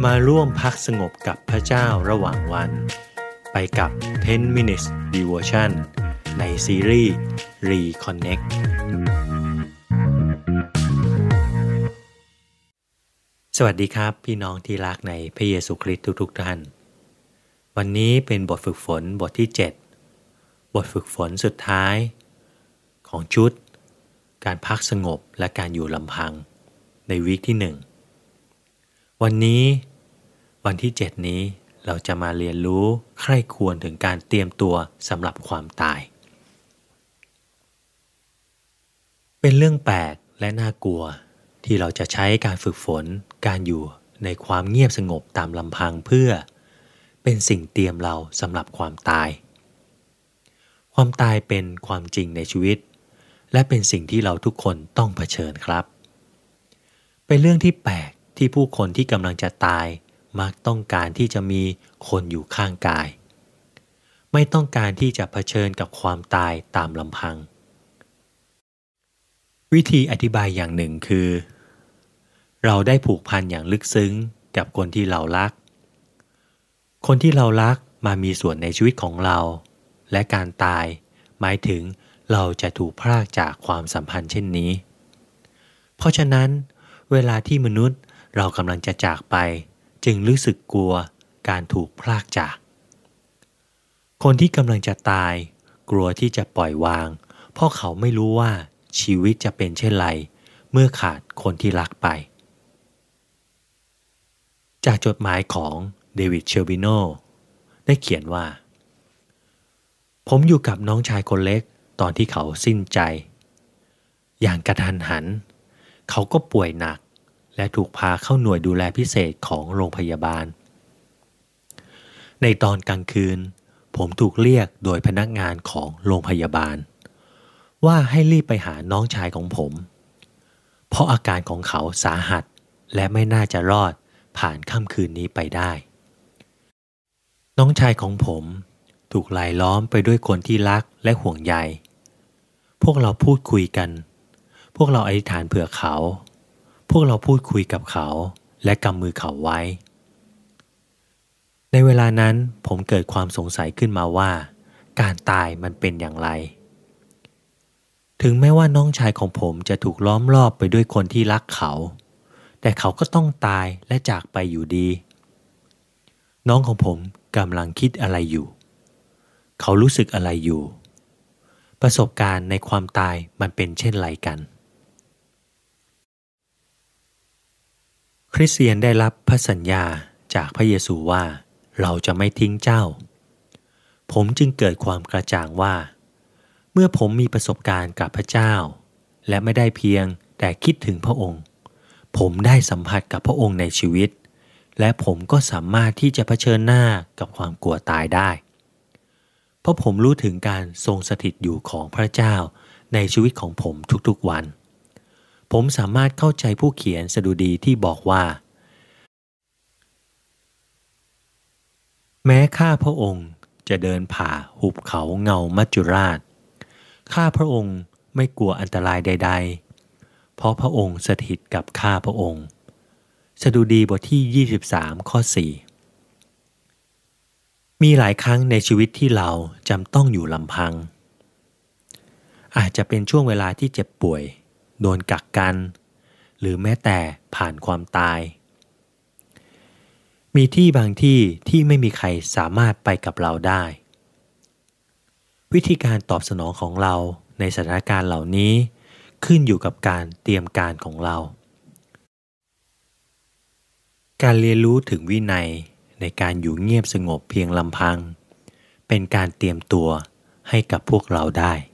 มาร่วมพักสงบกับพระเจ้าระหว่างวันไปกับ 10 minutes devotion ในซีรีส์ Reconnect สวัสดีครับพี่น้องที่รักในพระเยซูคริสต์ทุกท่านวันนี้เป็นบทฝึกฝนบทที่ 7บทฝึกฝนสุดท้ายของชุดการพักสงบและการอยู่ลำพังในวีคที่ 1วันนี้วันที่ 7นี้เราจะมาเรียนรู้ใคร่ครวญถึงการเตรียมตัวสำหรับความตายเป็นเรื่องแปลกและน่ากลัวที่เราจะใช้การฝึกฝนการอยู่ในความเงียบสงบตามลำพังเพื่อเป็นสิ่งเตรียมเราสำหรับความตายความตายเป็นความจริงในชีวิตและเป็นสิ่งที่เราทุกคนต้องเผชิญครับเป็นเรื่องที่แปลกที่ผู้คนที่กำลังจะตายมักต้องการที่จะมีคนอยู่ข้างกายไม่ต้องการที่จะเผชิญกับความตายตามลำพังวิธีอธิบายอย่างหนึ่งคือเราได้ผูกพันอย่างลึกซึ้งกับคนที่เรารักคนที่เรารักมามีส่วนในชีวิตของเราและการตายหมายถึงเราจะถูกพรากจากความสัมพันธ์เช่นนี้เพราะฉะนั้นเวลาที่มนุษย์เรากำลังจะจากไปจึงรู้สึกกลัวการถูกพรากจากคนที่กำลังจะตายกลัวที่จะปล่อยวางเพราะเขาไม่รู้ว่าชีวิตจะเป็นเช่นไรเมื่อขาดคนที่รักไปจากจดหมายของเดวิดเชลบิโนได้เขียนว่าผมอยู่กับน้องชายคนเล็กตอนที่เขาสิ้นใจอย่างกระทันหันเขาก็ป่วยหนักและถูกพาเข้าหน่วยดูแลพิเศษของโรงพยาบาลในตอนกลางคืนผมถูกเรียกโดยพนักงานของโรงพยาบาลว่าให้รีบไปหาน้องชายของผมเพราะอาการของเขาสาหัสและไม่น่าจะรอดผ่านค่ำคืนนี้ไปได้น้องชายของผมถูกรายล้อมไปด้วยคนที่รักและห่วงใยพวกเราพูดคุยกันพวกเราอธิษฐานเผื่อเขาพวกเราพูดคุยกับเขาและกำมือเขาไว้ในเวลานั้นผมเกิดความสงสัยขึ้นมาว่าการตายมันเป็นอย่างไรถึงแม้ว่าน้องชายของผมจะถูกล้อมรอบไปด้วยคนที่รักเขาแต่เขาก็ต้องตายและจากไปอยู่ดีน้องของผมกำลังคิดอะไรอยู่เขารู้สึกอะไรอยู่ประสบการณ์ในความตายมันเป็นเช่นไรกันคริสเตียนได้รับพระสัญญาจากพระเยซูว่าเราจะไม่ทิ้งเจ้าผมจึงเกิดความกระจ่างว่าเมื่อผมมีประสบการณ์กับพระเจ้าและไม่ได้เพียงแต่คิดถึงพระองค์ผมได้สัมผัสกับพระองค์ในชีวิตและผมก็สามารถที่จะเผชิญหน้ากับความกลัวตายได้เพราะผมรู้ถึงการทรงสถิตอยู่ของพระเจ้าในชีวิตของผมทุกๆวันผมสามารถเข้าใจผู้เขียนสดุดีที่บอกว่าแม้ข้าพระองค์จะเดินผ่าหุบเขาเงามัจจุราชข้าพระองค์ไม่กลัวอันตรายใดๆเพราะพระองค์สถิตกับข้าพระองค์สดุดีบทที่23ข้อ4มีหลายครั้งในชีวิตที่เราจำต้องอยู่ลำพังอาจจะเป็นช่วงเวลาที่เจ็บป่วยโดนกักกันหรือแม้แต่ผ่านความตายมีที่บางที่ที่ไม่มีใครสามารถไปกับเราได้วิธีการตอบสนองของเราในสถานการณ์เหล่านี้ขึ้นอยู่กับการเตรียมการของเราการเรียนรู้ถึงวินัยในการอยู่เงียบสงบเพียงลำพังเป็นการเตรียมตัวให้กับพวกเราได้